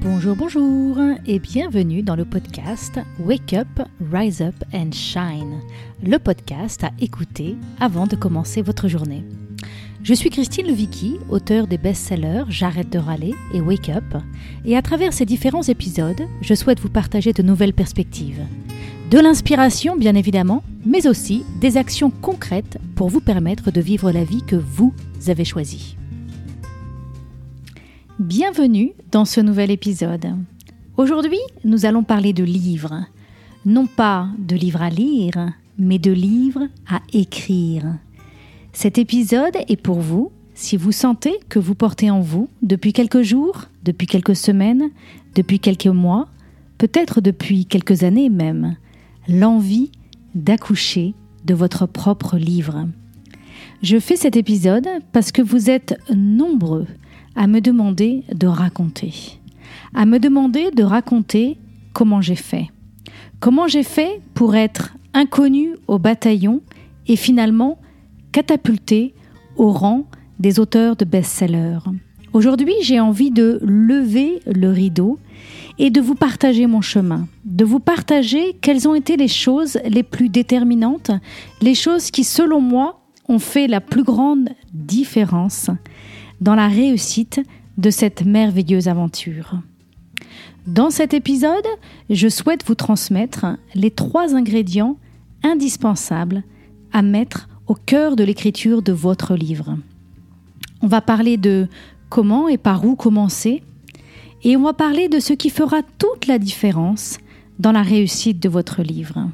Bonjour et bienvenue dans le podcast Wake Up, Rise Up and Shine, le podcast à écouter avant de commencer votre journée. Je suis Christine Levicki, auteure des best-sellers J'arrête de râler et Wake Up, et à travers ces différents épisodes, je souhaite vous partager de nouvelles perspectives. De l'inspiration bien évidemment, mais aussi des actions concrètes pour vous permettre de vivre la vie que vous avez choisie. Bienvenue dans ce nouvel épisode. Aujourd'hui, nous allons parler de livres. Non pas de livres à lire, mais de livres à écrire. Cet épisode est pour vous si vous sentez que vous portez en vous, depuis quelques jours, depuis quelques semaines, depuis quelques mois, peut-être depuis quelques années même, l'envie d'accoucher de votre propre livre. Je fais cet épisode parce que vous êtes nombreux à me demander de raconter. À me demander de raconter comment j'ai fait. Comment j'ai fait pour être inconnue au bataillon et finalement catapultée au rang des auteurs de best-sellers. Aujourd'hui, j'ai envie de lever le rideau et de vous partager mon chemin, de vous partager quelles ont été les choses les plus déterminantes, les choses qui, selon moi, ont fait la plus grande différence dans la réussite de cette merveilleuse aventure. Dans cet épisode, je souhaite vous transmettre les 3 ingrédients indispensables à mettre au cœur de l'écriture de votre livre. On va parler de comment et par où commencer, et on va parler de ce qui fera toute la différence dans la réussite de votre livre.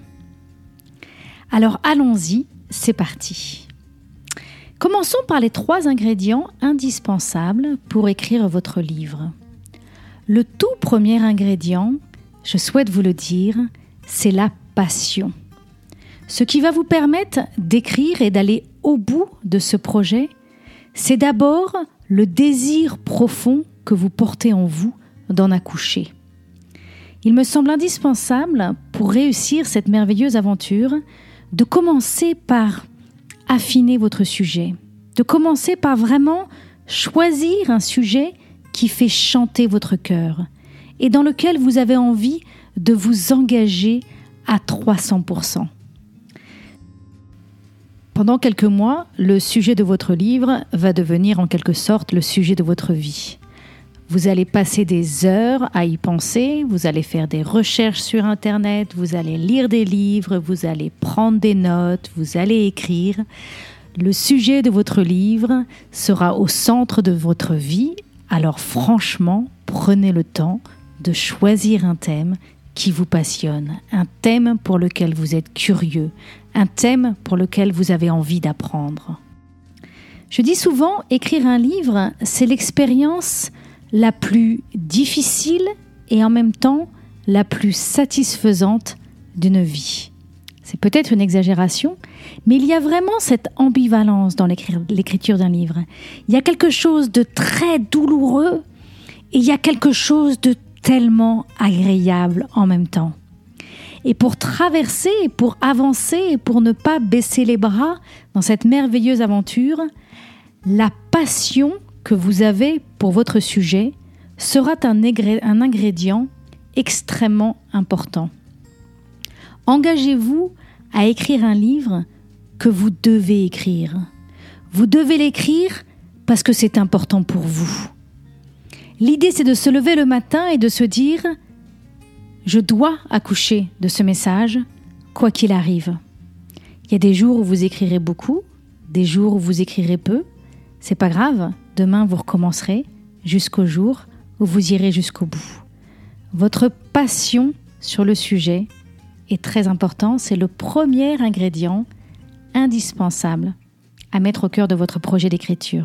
Alors allons-y, c'est parti. Commençons par les 3 ingrédients indispensables pour écrire votre livre. Le tout premier ingrédient, je souhaite vous le dire, c'est la passion. Ce qui va vous permettre d'écrire et d'aller au bout de ce projet, c'est d'abord le désir profond que vous portez en vous d'en accoucher. Il me semble indispensable, pour réussir cette merveilleuse aventure, de commencer par affiner votre sujet, de commencer par vraiment choisir un sujet qui fait chanter votre cœur et dans lequel vous avez envie de vous engager à 300%. Pendant quelques mois, le sujet de votre livre va devenir en quelque sorte le sujet de votre vie. Vous allez passer des heures à y penser, vous allez faire des recherches sur Internet, vous allez lire des livres, vous allez prendre des notes, vous allez écrire. Le sujet de votre livre sera au centre de votre vie, alors franchement, prenez le temps de choisir un thème qui vous passionne, un thème pour lequel vous êtes curieux, un thème pour lequel vous avez envie d'apprendre. Je dis souvent, écrire un livre, c'est l'expérience la plus difficile et en même temps la plus satisfaisante d'une vie. C'est peut-être une exagération, mais il y a vraiment cette ambivalence dans l'écriture d'un livre. Il y a quelque chose de très douloureux et il y a quelque chose de tellement agréable en même temps. Et pour traverser, pour avancer, pour ne pas baisser les bras dans cette merveilleuse aventure, la passion que vous avez pour votre sujet sera un ingrédient extrêmement important. Engagez-vous à écrire un livre que vous devez écrire. Vous devez l'écrire parce que c'est important pour vous. L'idée, c'est de se lever le matin et de se dire « Je dois accoucher de ce message, quoi qu'il arrive ». Il y a des jours où vous écrirez beaucoup, des jours où vous écrirez peu. C'est pas grave, demain vous recommencerez jusqu'au jour où vous irez jusqu'au bout. Votre passion sur le sujet est très important, c'est le premier ingrédient indispensable à mettre au cœur de votre projet d'écriture.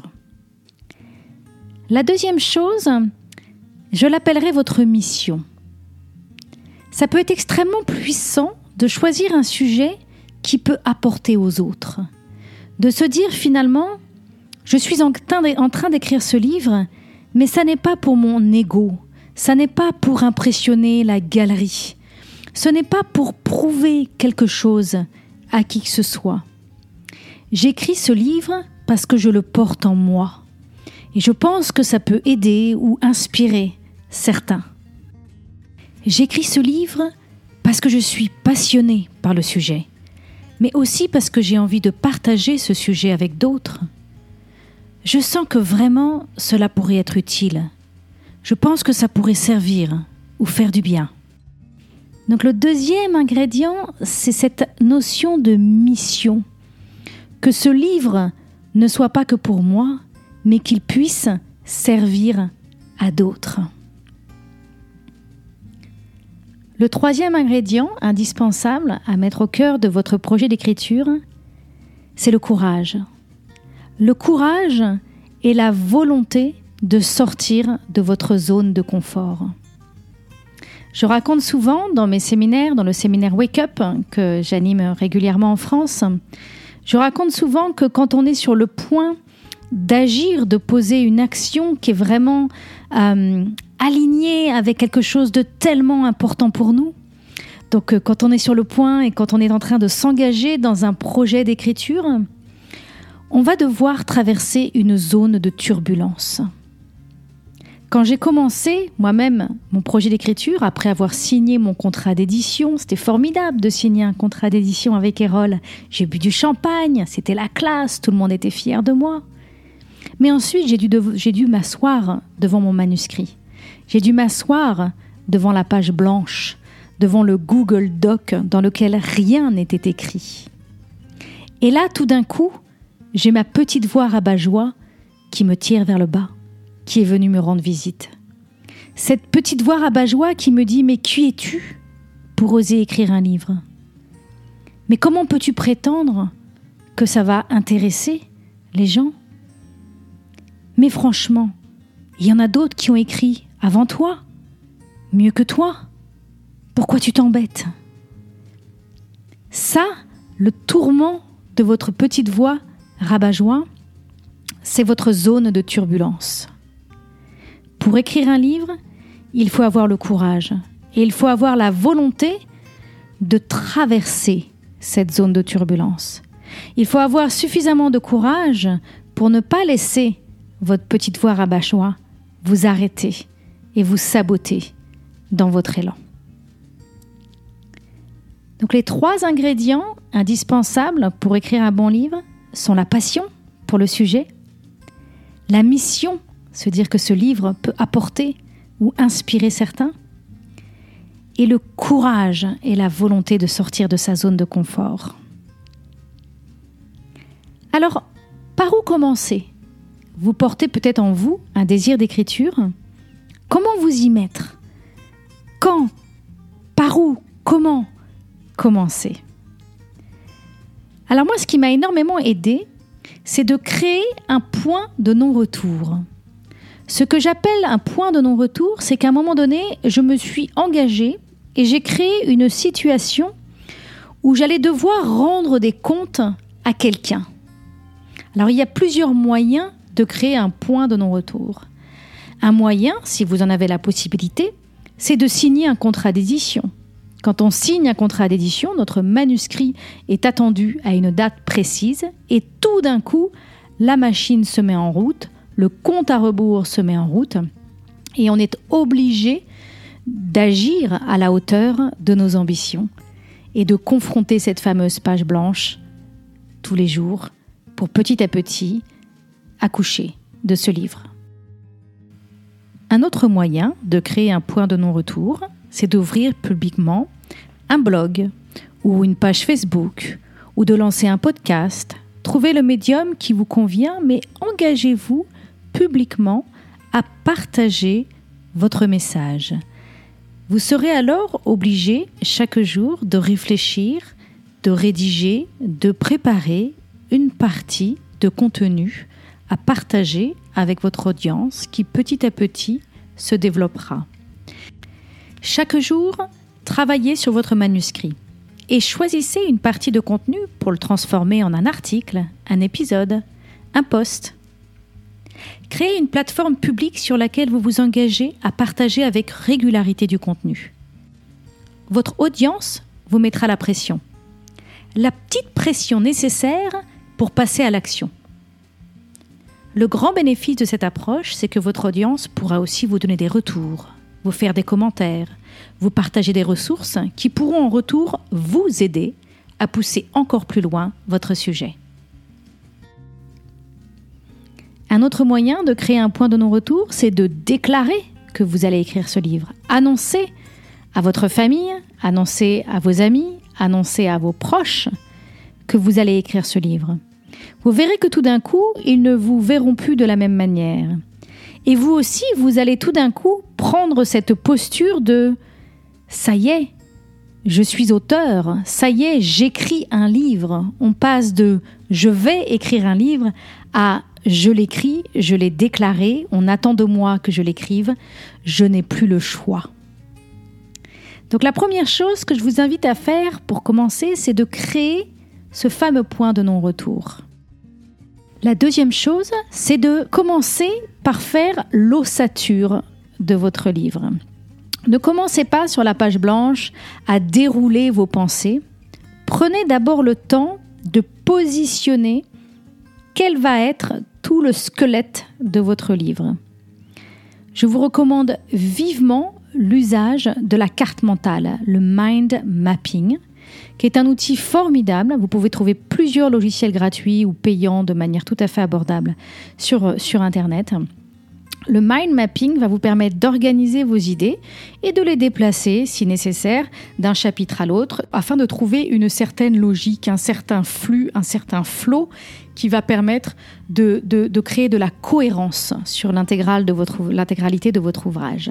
La deuxième chose, je l'appellerai votre mission. Ça peut être extrêmement puissant de choisir un sujet qui peut apporter aux autres. De se dire finalement, je suis en train d'écrire ce livre, mais ça n'est pas pour mon ego, ça n'est pas pour impressionner la galerie, ce n'est pas pour prouver quelque chose à qui que ce soit. J'écris ce livre parce que je le porte en moi. Et je pense que ça peut aider ou inspirer certains. J'écris ce livre parce que je suis passionnée par le sujet, mais aussi parce que j'ai envie de partager ce sujet avec d'autres. Je sens que vraiment cela pourrait être utile. Je pense que ça pourrait servir ou faire du bien. Donc le deuxième ingrédient, c'est cette notion de mission. Que ce livre ne soit pas que pour moi, mais qu'il puisse servir à d'autres. Le troisième ingrédient indispensable à mettre au cœur de votre projet d'écriture, c'est le courage. Le courage est la volonté de sortir de votre zone de confort. Je raconte souvent dans mes séminaires, dans le séminaire Wake Up que j'anime régulièrement en France, je raconte souvent que quand on est sur le point d'agir, de poser une action qui est vraiment alignée avec quelque chose de tellement important pour nous, donc quand on est sur le point et quand on est en train de s'engager dans un projet d'écriture, on va devoir traverser une zone de turbulence. Quand j'ai commencé moi-même mon projet d'écriture, après avoir signé mon contrat d'édition, c'était formidable de signer un contrat d'édition avec Erol. J'ai bu du champagne, c'était la classe, tout le monde était fier de moi. Mais ensuite, j'ai dû m'asseoir devant mon manuscrit. J'ai dû m'asseoir devant la page blanche, devant le Google Doc dans lequel rien n'était écrit. Et là, tout d'un coup, j'ai ma petite voix rabat-joie qui me tire vers le bas, qui est venue me rendre visite. Cette petite voix rabat-joie qui me dit « Mais qui es-tu pour oser écrire un livre ? Mais comment peux-tu prétendre que ça va intéresser les gens ? Mais franchement, il y en a d'autres qui ont écrit avant toi, mieux que toi. Pourquoi tu t'embêtes ? » Ça, le tourment de votre petite voix rabat-joie, c'est votre zone de turbulence. Pour écrire un livre, il faut avoir le courage et il faut avoir la volonté de traverser cette zone de turbulence. Il faut avoir suffisamment de courage pour ne pas laisser votre petite voix rabat-joie vous arrêter et vous saboter dans votre élan. Donc les 3 ingrédients indispensables pour écrire un bon livre sont la passion pour le sujet, la mission, se dire que ce livre peut apporter ou inspirer certains, et le courage et la volonté de sortir de sa zone de confort. Alors, par où commencer ? Vous portez peut-être en vous un désir d'écriture. Comment vous y mettre ? Quand ? Par où ? Comment commencer ? Alors moi, ce qui m'a énormément aidé, c'est de créer un point de non-retour. Ce que j'appelle un point de non-retour, c'est qu'à un moment donné, je me suis engagée et j'ai créé une situation où j'allais devoir rendre des comptes à quelqu'un. Alors, il y a plusieurs moyens de créer un point de non-retour. Un moyen, si vous en avez la possibilité, c'est de signer un contrat d'édition. Quand on signe un contrat d'édition, notre manuscrit est attendu à une date précise et tout d'un coup, la machine se met en route, le compte à rebours se met en route et on est obligé d'agir à la hauteur de nos ambitions et de confronter cette fameuse page blanche tous les jours pour petit à petit accoucher de ce livre. Un autre moyen de créer un point de non-retour, c'est d'ouvrir publiquement un blog ou une page Facebook ou de lancer un podcast. Trouvez le médium qui vous convient, mais engagez-vous publiquement à partager votre message. Vous serez alors obligé chaque jour de réfléchir, de rédiger, de préparer une partie de contenu à partager avec votre audience qui petit à petit se développera. Chaque jour, travaillez sur votre manuscrit et choisissez une partie de contenu pour le transformer en un article, un épisode, un post. Créez une plateforme publique sur laquelle vous vous engagez à partager avec régularité du contenu. Votre audience vous mettra la pression. La petite pression nécessaire pour passer à l'action. Le grand bénéfice de cette approche, c'est que votre audience pourra aussi vous donner des retours, vous faire des commentaires, vous partager des ressources qui pourront en retour vous aider à pousser encore plus loin votre sujet. Un autre moyen de créer un point de non-retour, c'est de déclarer que vous allez écrire ce livre. Annoncer à votre famille, annoncer à vos amis, annoncer à vos proches que vous allez écrire ce livre. Vous verrez que tout d'un coup, ils ne vous verront plus de la même manière. Et vous aussi, vous allez tout d'un coup prendre cette posture de « ça y est, je suis auteur, ça y est, j'écris un livre ». On passe de « je vais écrire un livre » à « je l'écris, je l'ai déclaré, on attend de moi que je l'écrive, je n'ai plus le choix ». Donc la première chose que je vous invite à faire pour commencer, c'est de créer ce fameux point de non-retour. La deuxième chose, c'est de commencer par faire l'ossature de votre livre. Ne commencez pas sur la page blanche à dérouler vos pensées. Prenez d'abord le temps de positionner quel va être tout le squelette de votre livre. Je vous recommande vivement l'usage de la carte mentale, le mind mapping, qui est un outil formidable. Vous pouvez trouver plusieurs logiciels gratuits ou payants de manière tout à fait abordable sur Internet. Le mind mapping va vous permettre d'organiser vos idées et de les déplacer, si nécessaire, d'un chapitre à l'autre, afin de trouver une certaine logique, un certain flux, un certain flow qui va permettre de créer de la cohérence sur l'intégralité de votre ouvrage.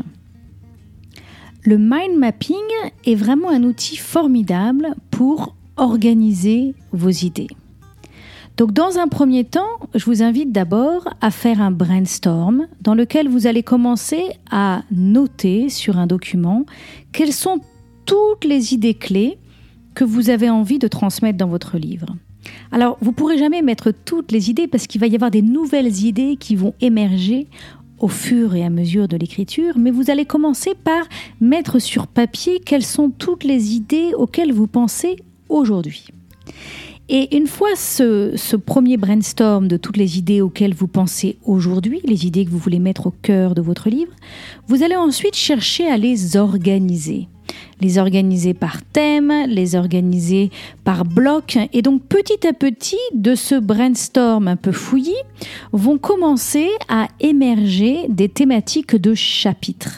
Le mind mapping est vraiment un outil formidable pour organiser vos idées. Donc, dans un premier temps, je vous invite d'abord à faire un brainstorm dans lequel vous allez commencer à noter sur un document quelles sont toutes les idées clés que vous avez envie de transmettre dans votre livre. Alors, vous ne pourrez jamais mettre toutes les idées parce qu'il va y avoir des nouvelles idées qui vont émerger au fur et à mesure de l'écriture, mais vous allez commencer par mettre sur papier quelles sont toutes les idées auxquelles vous pensez aujourd'hui. Et une fois ce premier brainstorm de toutes les idées auxquelles vous pensez aujourd'hui, les idées que vous voulez mettre au cœur de votre livre, vous allez ensuite chercher à les organiser. Les organiser par thème, les organiser par bloc. Et donc petit à petit, de ce brainstorm un peu fouillis, vont commencer à émerger des thématiques de chapitres.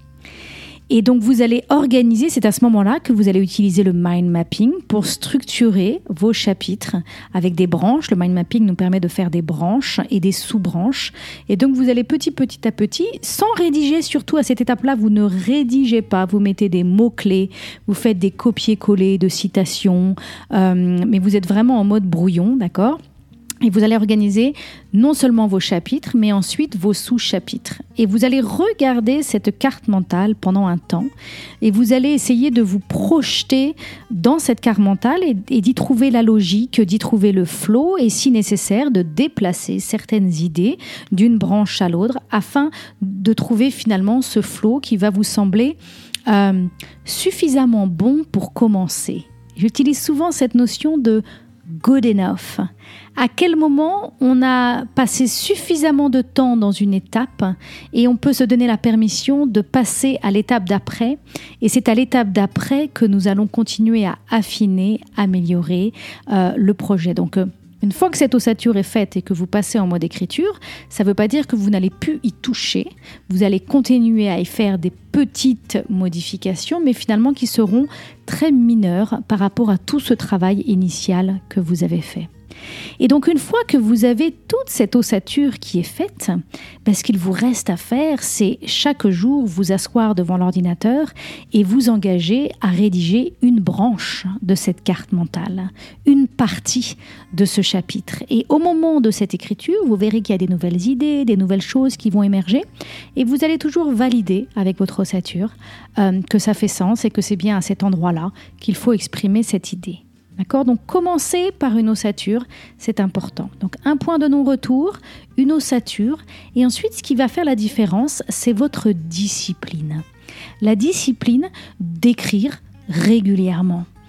Et donc vous allez organiser, c'est à ce moment-là que vous allez utiliser le mind mapping pour structurer vos chapitres avec des branches. Le mind mapping nous permet de faire des branches et des sous-branches. Et donc vous allez petit à petit, sans rédiger, surtout à cette étape-là, vous ne rédigez pas, vous mettez des mots-clés, vous faites des copier-coller de citations, mais vous êtes vraiment en mode brouillon, d'accord ? Et vous allez organiser non seulement vos chapitres, mais ensuite vos sous-chapitres. Et vous allez regarder cette carte mentale pendant un temps. Et vous allez essayer de vous projeter dans cette carte mentale et d'y trouver la logique, d'y trouver le flow et si nécessaire de déplacer certaines idées d'une branche à l'autre afin de trouver finalement ce flow qui va vous sembler suffisamment bon pour commencer. J'utilise souvent cette notion de good enough. À quel moment on a passé suffisamment de temps dans une étape et on peut se donner la permission de passer à l'étape d'après. Et c'est à l'étape d'après que nous allons continuer à affiner, améliorer le projet. Donc, une fois que cette ossature est faite et que vous passez en mode écriture, ça ne veut pas dire que vous n'allez plus y toucher. Vous allez continuer à y faire des petites modifications, mais finalement qui seront très mineures par rapport à tout ce travail initial que vous avez fait. Et donc une fois que vous avez toute cette ossature qui est faite, ce qu'il vous reste à faire, c'est chaque jour vous asseoir devant l'ordinateur et vous engager à rédiger une branche de cette carte mentale, une partie de ce chapitre. Et au moment de cette écriture, vous verrez qu'il y a des nouvelles idées, des nouvelles choses qui vont émerger et vous allez toujours valider avec votre ossature que ça fait sens et que c'est bien à cet endroit-là qu'il faut exprimer cette idée. D'accord ? Donc, commencer par une ossature, c'est important. Donc, un point de non-retour, une ossature. Et ensuite, ce qui va faire la différence, c'est votre discipline. La discipline d'écrire régulièrement.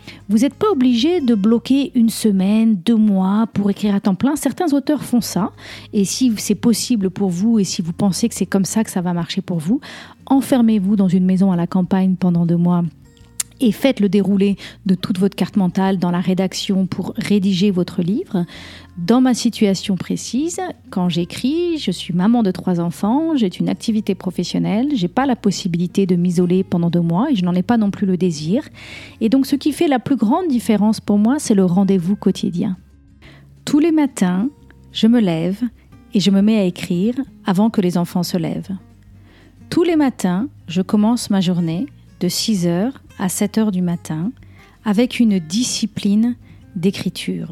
Vous n'êtes pas obligé de bloquer 1 semaine, 2 mois pour écrire à temps plein. Certains auteurs font ça. Et si c'est possible pour vous et si vous pensez que c'est comme ça que ça va marcher pour vous, enfermez-vous dans une maison à la campagne pendant 2 mois et faites le déroulé de toute votre carte mentale dans la rédaction pour rédiger votre livre. Dans ma situation précise, quand j'écris, je suis maman de 3 enfants, j'ai une activité professionnelle, j'ai pas la possibilité de m'isoler pendant 2 mois et je n'en ai pas non plus le désir. Et donc ce qui fait la plus grande différence pour moi, c'est le rendez-vous quotidien. Tous les matins, je me lève et je me mets à écrire avant que les enfants se lèvent. Tous les matins, je commence ma journée de 6h à 7h du matin avec une discipline d'écriture.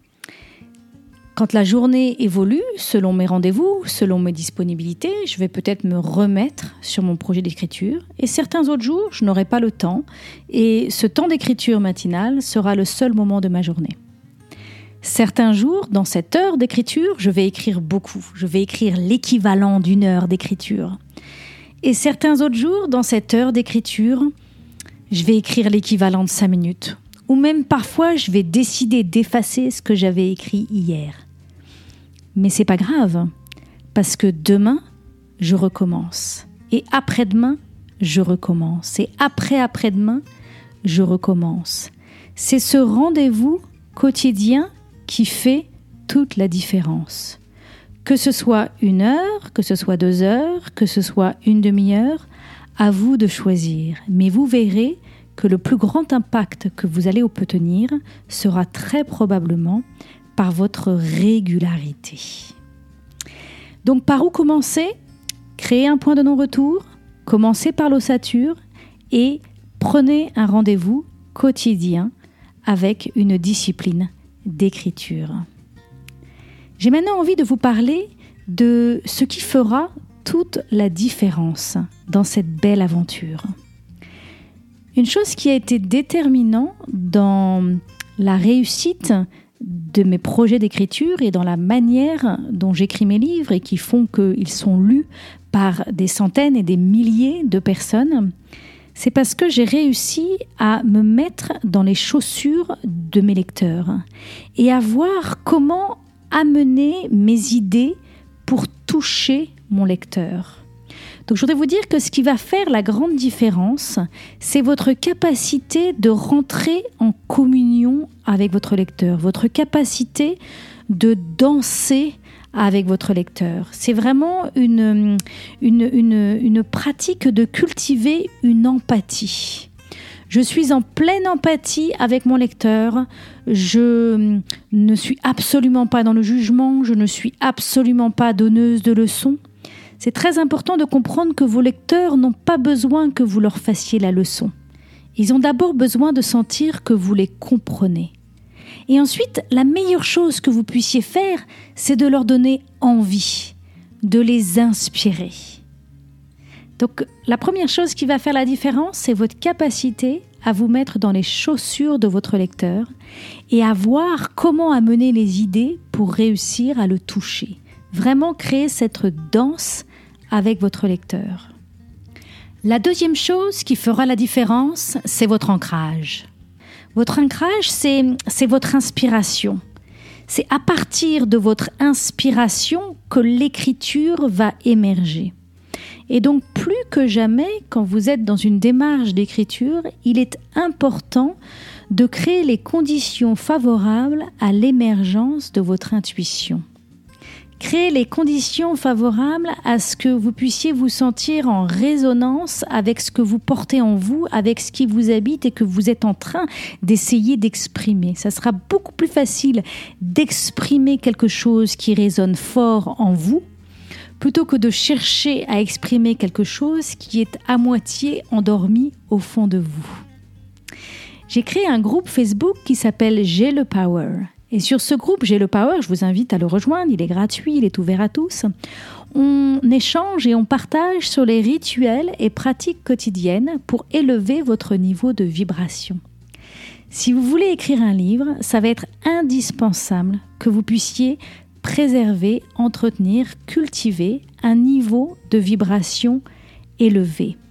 Quand la journée évolue, selon mes rendez-vous, selon mes disponibilités, je vais peut-être me remettre sur mon projet d'écriture et certains autres jours, je n'aurai pas le temps et ce temps d'écriture matinale sera le seul moment de ma journée. Certains jours, dans cette heure d'écriture, je vais écrire beaucoup. Je vais écrire l'équivalent d'1 heure d'écriture. Et certains autres jours, dans cette heure d'écriture, je vais écrire l'équivalent de 5 minutes. Ou même parfois, je vais décider d'effacer ce que j'avais écrit hier. Mais c'est pas grave, parce que demain, je recommence. Et après-demain, je recommence. Et après-après-demain, je recommence. C'est ce rendez-vous quotidien qui fait toute la différence. Que ce soit 1 heure, que ce soit 2 heures, que ce soit 1 demi-heure, à vous de choisir. Mais vous verrez que le plus grand impact que vous allez obtenir sera très probablement par votre régularité. Donc par où commencer ? Créez un point de non-retour, commencez par l'ossature et prenez un rendez-vous quotidien avec une discipline d'écriture. J'ai maintenant envie de vous parler de ce qui fera toute la différence dans cette belle aventure. Une chose qui a été déterminante dans la réussite de mes projets d'écriture et dans la manière dont j'écris mes livres et qui font qu'ils sont lus par des centaines et des milliers de personnes, c'est parce que j'ai réussi à me mettre dans les chaussures de mes lecteurs et à voir comment amener mes idées pour toucher mon lecteur. Donc je voudrais vous dire que ce qui va faire la grande différence, c'est votre capacité de rentrer en communion avec votre lecteur, votre capacité de danser avec votre lecteur. C'est vraiment une pratique de cultiver une empathie. Je suis en pleine empathie avec mon lecteur. Je ne suis absolument pas dans le jugement. Je ne suis absolument pas donneuse de leçons. C'est très important de comprendre que vos lecteurs n'ont pas besoin que vous leur fassiez la leçon. Ils ont d'abord besoin de sentir que vous les comprenez. Et ensuite, la meilleure chose que vous puissiez faire, c'est de leur donner envie, de les inspirer. Donc, la première chose qui va faire la différence, c'est votre capacité à vous mettre dans les chaussures de votre lecteur et à voir comment amener les idées pour réussir à le toucher. Vraiment créer cette danse avec votre lecteur. La deuxième chose qui fera la différence, c'est votre ancrage. Votre ancrage, c'est votre inspiration. C'est à partir de votre inspiration que l'écriture va émerger. Et donc, plus que jamais, quand vous êtes dans une démarche d'écriture, il est important de créer les conditions favorables à l'émergence de votre intuition. Créer les conditions favorables à ce que vous puissiez vous sentir en résonance avec ce que vous portez en vous, avec ce qui vous habite et que vous êtes en train d'essayer d'exprimer. Ça sera beaucoup plus facile d'exprimer quelque chose qui résonne fort en vous plutôt que de chercher à exprimer quelque chose qui est à moitié endormi au fond de vous. J'ai créé un groupe Facebook qui s'appelle « J'ai le Power ». Et sur ce groupe « J'ai le Power », je vous invite à le rejoindre, il est gratuit, il est ouvert à tous. On échange et on partage sur les rituels et pratiques quotidiennes pour élever votre niveau de vibration. Si vous voulez écrire un livre, ça va être indispensable que vous puissiez préserver, entretenir, cultiver un niveau de vibration élevé.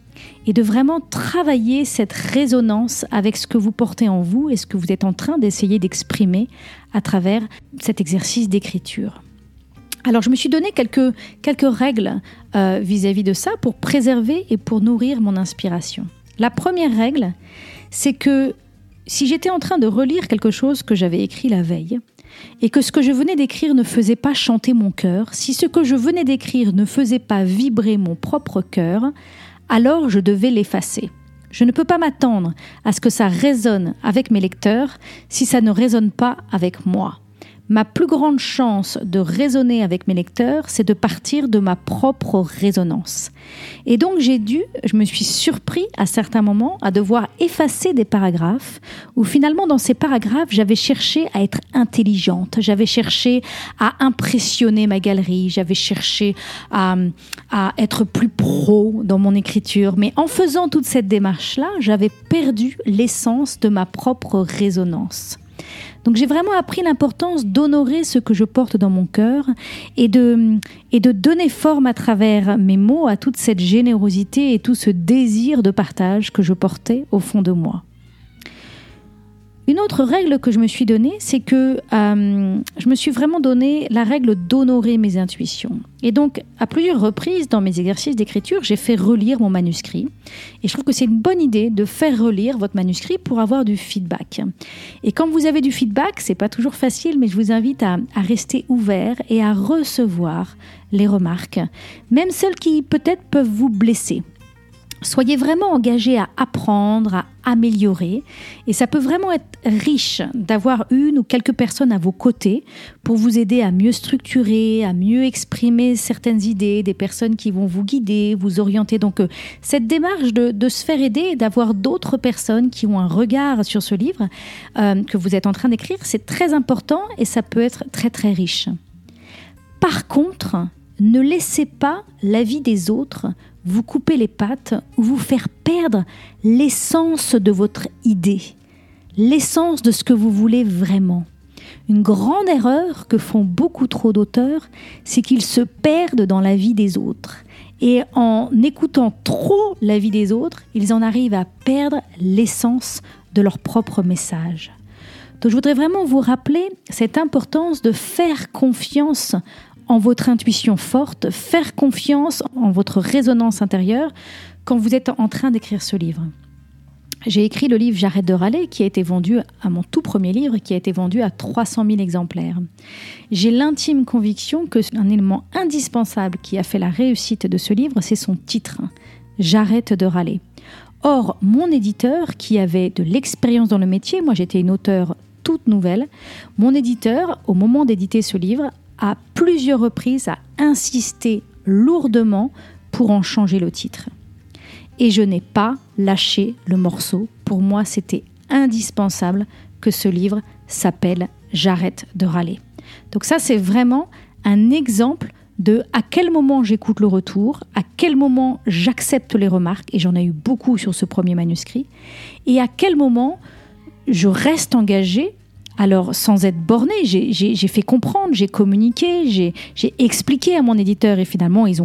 et de vraiment travailler cette résonance avec ce que vous portez en vous et ce que vous êtes en train d'essayer d'exprimer à travers cet exercice d'écriture. Alors, je me suis donné quelques règles vis-à-vis de ça pour préserver et pour nourrir mon inspiration. La première règle, c'est que si j'étais en train de relire quelque chose que j'avais écrit la veille et que ce que je venais d'écrire ne faisait pas chanter mon cœur, si ce que je venais d'écrire ne faisait pas vibrer mon propre cœur, alors je devais l'effacer. Je ne peux pas m'attendre à ce que ça résonne avec mes lecteurs si ça ne résonne pas avec moi. Ma plus grande chance de résonner avec mes lecteurs, c'est de partir de ma propre résonance. Et donc je me suis surpris à certains moments à devoir effacer des paragraphes où finalement dans ces paragraphes, j'avais cherché à être intelligente, j'avais cherché à impressionner ma galerie, j'avais cherché à être plus pro dans mon écriture. Mais en faisant toute cette démarche-là, j'avais perdu l'essence de ma propre résonance. Donc j'ai vraiment appris l'importance d'honorer ce que je porte dans mon cœur et de donner forme à travers mes mots à toute cette générosité et tout ce désir de partage que je portais au fond de moi. Une autre règle que je me suis donnée, c'est que je me suis vraiment donné la règle d'honorer mes intuitions. Et donc, à plusieurs reprises dans mes exercices d'écriture, j'ai fait relire mon manuscrit. Et je trouve que c'est une bonne idée de faire relire votre manuscrit pour avoir du feedback. Et quand vous avez du feedback, c'est pas toujours facile, mais je vous invite à rester ouvert et à recevoir les remarques, même celles qui peut-être peuvent vous blesser. Soyez vraiment engagés à apprendre, à améliorer. Et ça peut vraiment être riche d'avoir une ou quelques personnes à vos côtés pour vous aider à mieux structurer, à mieux exprimer certaines idées, des personnes qui vont vous guider, vous orienter. Donc, cette démarche de se faire aider et d'avoir d'autres personnes qui ont un regard sur ce livre que vous êtes en train d'écrire, c'est très important et ça peut être très, très riche. Par contre, ne laissez pas l'avis des autres vous couper les pattes ou vous faire perdre l'essence de votre idée, l'essence de ce que vous voulez vraiment. Une grande erreur que font beaucoup trop d'auteurs, c'est qu'ils se perdent dans la vie des autres. Et en écoutant trop la vie des autres, ils en arrivent à perdre l'essence de leur propre message. Donc je voudrais vraiment vous rappeler cette importance de faire confiance en votre intuition forte, faire confiance en votre résonance intérieure quand vous êtes en train d'écrire ce livre. J'ai écrit le livre « J'arrête de râler » qui a été vendu à mon tout premier livre, qui a été vendu à 300 000 exemplaires. J'ai l'intime conviction qu'un élément indispensable qui a fait la réussite de ce livre, c'est son titre « J'arrête de râler ». Or, mon éditeur, qui avait de l'expérience dans le métier, moi j'étais une auteure toute nouvelle, mon éditeur, au moment d'éditer ce livre, à plusieurs reprises a insisté lourdement pour en changer le titre. Et je n'ai pas lâché le morceau. Pour moi, c'était indispensable que ce livre s'appelle « J'arrête de râler ». Donc ça, c'est vraiment un exemple de à quel moment j'écoute le retour, à quel moment j'accepte les remarques, et j'en ai eu beaucoup sur ce premier manuscrit, et à quel moment je reste engagée. Alors, sans être bornée, j'ai fait comprendre, j'ai communiqué, j'ai expliqué à mon éditeur et finalement, ils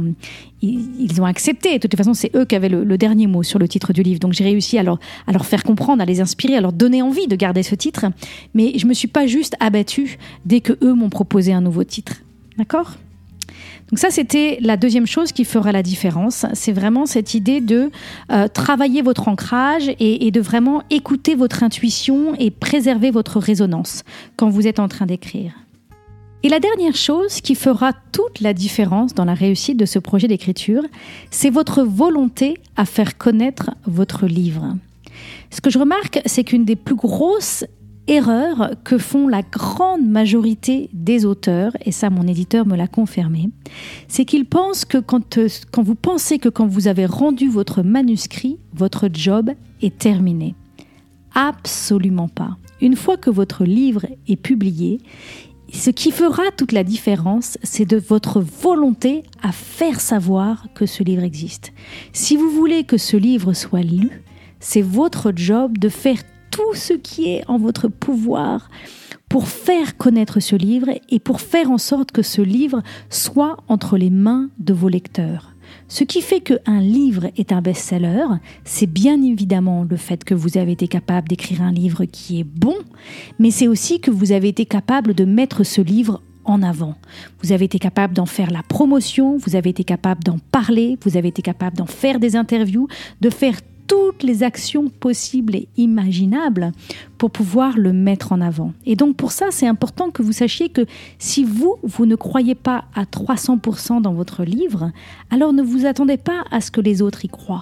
ont accepté. De toute façon, c'est eux qui avaient le dernier mot sur le titre du livre. Donc, j'ai réussi à leur faire comprendre, à les inspirer, à leur donner envie de garder ce titre. Mais je ne me suis pas juste abattue dès qu'eux m'ont proposé un nouveau titre. D'accord ? Donc ça, c'était la deuxième chose qui fera la différence. C'est vraiment cette idée de travailler votre ancrage et de vraiment écouter votre intuition et préserver votre résonance quand vous êtes en train d'écrire. Et la dernière chose qui fera toute la différence dans la réussite de ce projet d'écriture, c'est votre volonté à faire connaître votre livre. Ce que je remarque, c'est qu'une des plus grosses erreur que font la grande majorité des auteurs, et ça mon éditeur me l'a confirmé, c'est qu'ils pensent que quand vous pensez que quand vous avez rendu votre manuscrit, votre job est terminé. Absolument pas. Une fois que votre livre est publié, ce qui fera toute la différence, c'est de votre volonté à faire savoir que ce livre existe. Si vous voulez que ce livre soit lu, c'est votre job de faire tout ce qui est en votre pouvoir pour faire connaître ce livre et pour faire en sorte que ce livre soit entre les mains de vos lecteurs. Ce qui fait qu'un livre est un best-seller, c'est bien évidemment le fait que vous avez été capable d'écrire un livre qui est bon, mais c'est aussi que vous avez été capable de mettre ce livre en avant. Vous avez été capable d'en faire la promotion, vous avez été capable d'en parler, vous avez été capable d'en faire des interviews, de faire toutes les actions possibles et imaginables pour pouvoir le mettre en avant. Et donc pour ça, c'est important que vous sachiez que si vous ne croyez pas à 300% dans votre livre, alors ne vous attendez pas à ce que les autres y croient.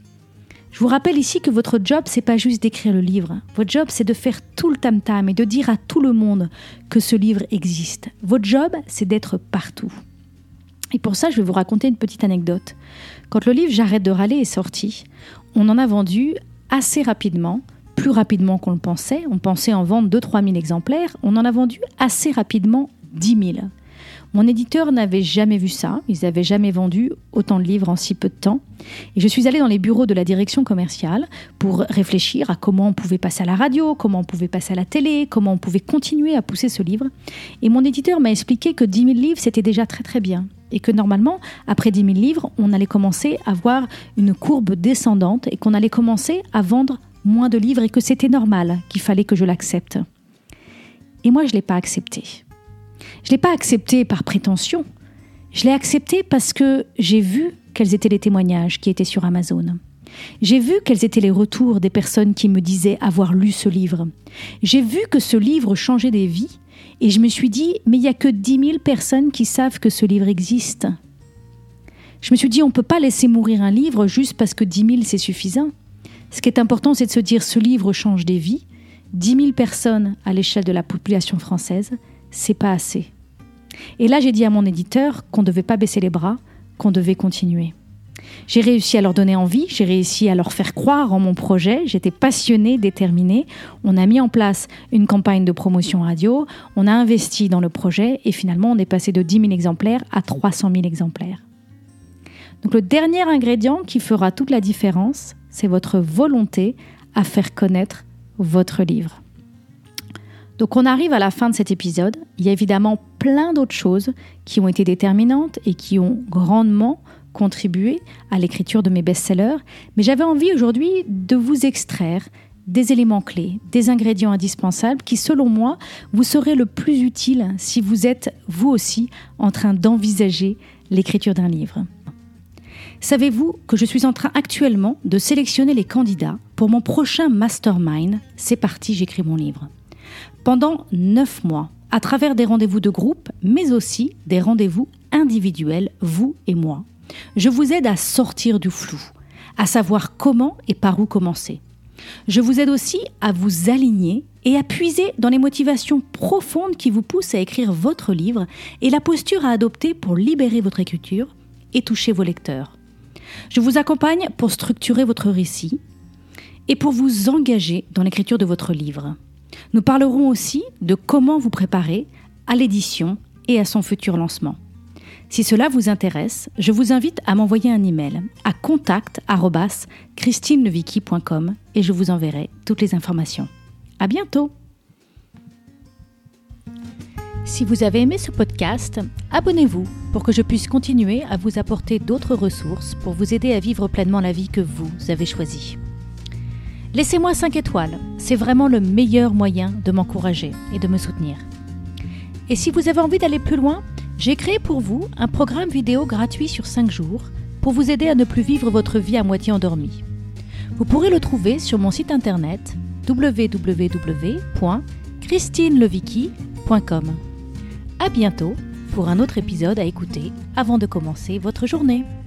Je vous rappelle ici que votre job, c'est pas juste d'écrire le livre. Votre job, c'est de faire tout le tam-tam et de dire à tout le monde que ce livre existe. Votre job, c'est d'être partout. Et pour ça, je vais vous raconter une petite anecdote. Quand le livre J'arrête de râler est sorti, on en a vendu assez rapidement, plus rapidement qu'on le pensait. On pensait en vendre 2-3 000 exemplaires. On en a vendu assez rapidement 10 000. Mon éditeur n'avait jamais vu ça. Ils n'avaient jamais vendu autant de livres en si peu de temps. Et je suis allée dans les bureaux de la direction commerciale pour réfléchir à comment on pouvait passer à la radio, comment on pouvait passer à la télé, comment on pouvait continuer à pousser ce livre. Et mon éditeur m'a expliqué que 10 000 livres, c'était déjà très très bien. Et que normalement, après 10 000 livres, on allait commencer à voir une courbe descendante et qu'on allait commencer à vendre moins de livres et que c'était normal, qu'il fallait que je l'accepte. Et moi, je ne l'ai pas accepté. Je ne l'ai pas accepté par prétention. Je l'ai accepté parce que j'ai vu quels étaient les témoignages qui étaient sur Amazon. J'ai vu quels étaient les retours des personnes qui me disaient avoir lu ce livre. J'ai vu que ce livre changeait des vies et je me suis dit, mais il n'y a que 10 000 personnes qui savent que ce livre existe. Je me suis dit, on ne peut pas laisser mourir un livre juste parce que 10 000 c'est suffisant. Ce qui est important, c'est de se dire, ce livre change des vies. 10 000 personnes à l'échelle de la population française, c'est pas assez. Et là, j'ai dit à mon éditeur qu'on ne devait pas baisser les bras, qu'on devait continuer. J'ai réussi à leur donner envie, j'ai réussi à leur faire croire en mon projet, j'étais passionnée, déterminée. On a mis en place une campagne de promotion radio, on a investi dans le projet et finalement on est passé de 10 000 exemplaires à 300 000 exemplaires. Donc le dernier ingrédient qui fera toute la différence, c'est votre volonté à faire connaître votre livre. Donc on arrive à la fin de cet épisode. Il y a évidemment plein d'autres choses qui ont été déterminantes et qui ont grandement contribué à l'écriture de mes best-sellers. Mais j'avais envie aujourd'hui de vous extraire des éléments clés, des ingrédients indispensables qui, selon moi, vous seraient le plus utiles si vous êtes, vous aussi, en train d'envisager l'écriture d'un livre. Savez-vous que je suis en train actuellement de sélectionner les candidats pour mon prochain mastermind « C'est parti, j'écris mon livre ». Pendant 9 mois, à travers des rendez-vous de groupe, mais aussi des rendez-vous individuels, vous et moi, je vous aide à sortir du flou, à savoir comment et par où commencer. Je vous aide aussi à vous aligner et à puiser dans les motivations profondes qui vous poussent à écrire votre livre et la posture à adopter pour libérer votre écriture et toucher vos lecteurs. Je vous accompagne pour structurer votre récit et pour vous engager dans l'écriture de votre livre. Nous parlerons aussi de comment vous préparer à l'édition et à son futur lancement. Si cela vous intéresse, je vous invite à m'envoyer un email à contact@christinelevicky.com et je vous enverrai toutes les informations. À bientôt! Si vous avez aimé ce podcast, abonnez-vous pour que je puisse continuer à vous apporter d'autres ressources pour vous aider à vivre pleinement la vie que vous avez choisie. Laissez-moi 5 étoiles, c'est vraiment le meilleur moyen de m'encourager et de me soutenir. Et si vous avez envie d'aller plus loin, j'ai créé pour vous un programme vidéo gratuit sur 5 jours pour vous aider à ne plus vivre votre vie à moitié endormie. Vous pourrez le trouver sur mon site internet www.christinelevicky.com. À bientôt pour un autre épisode à écouter avant de commencer votre journée.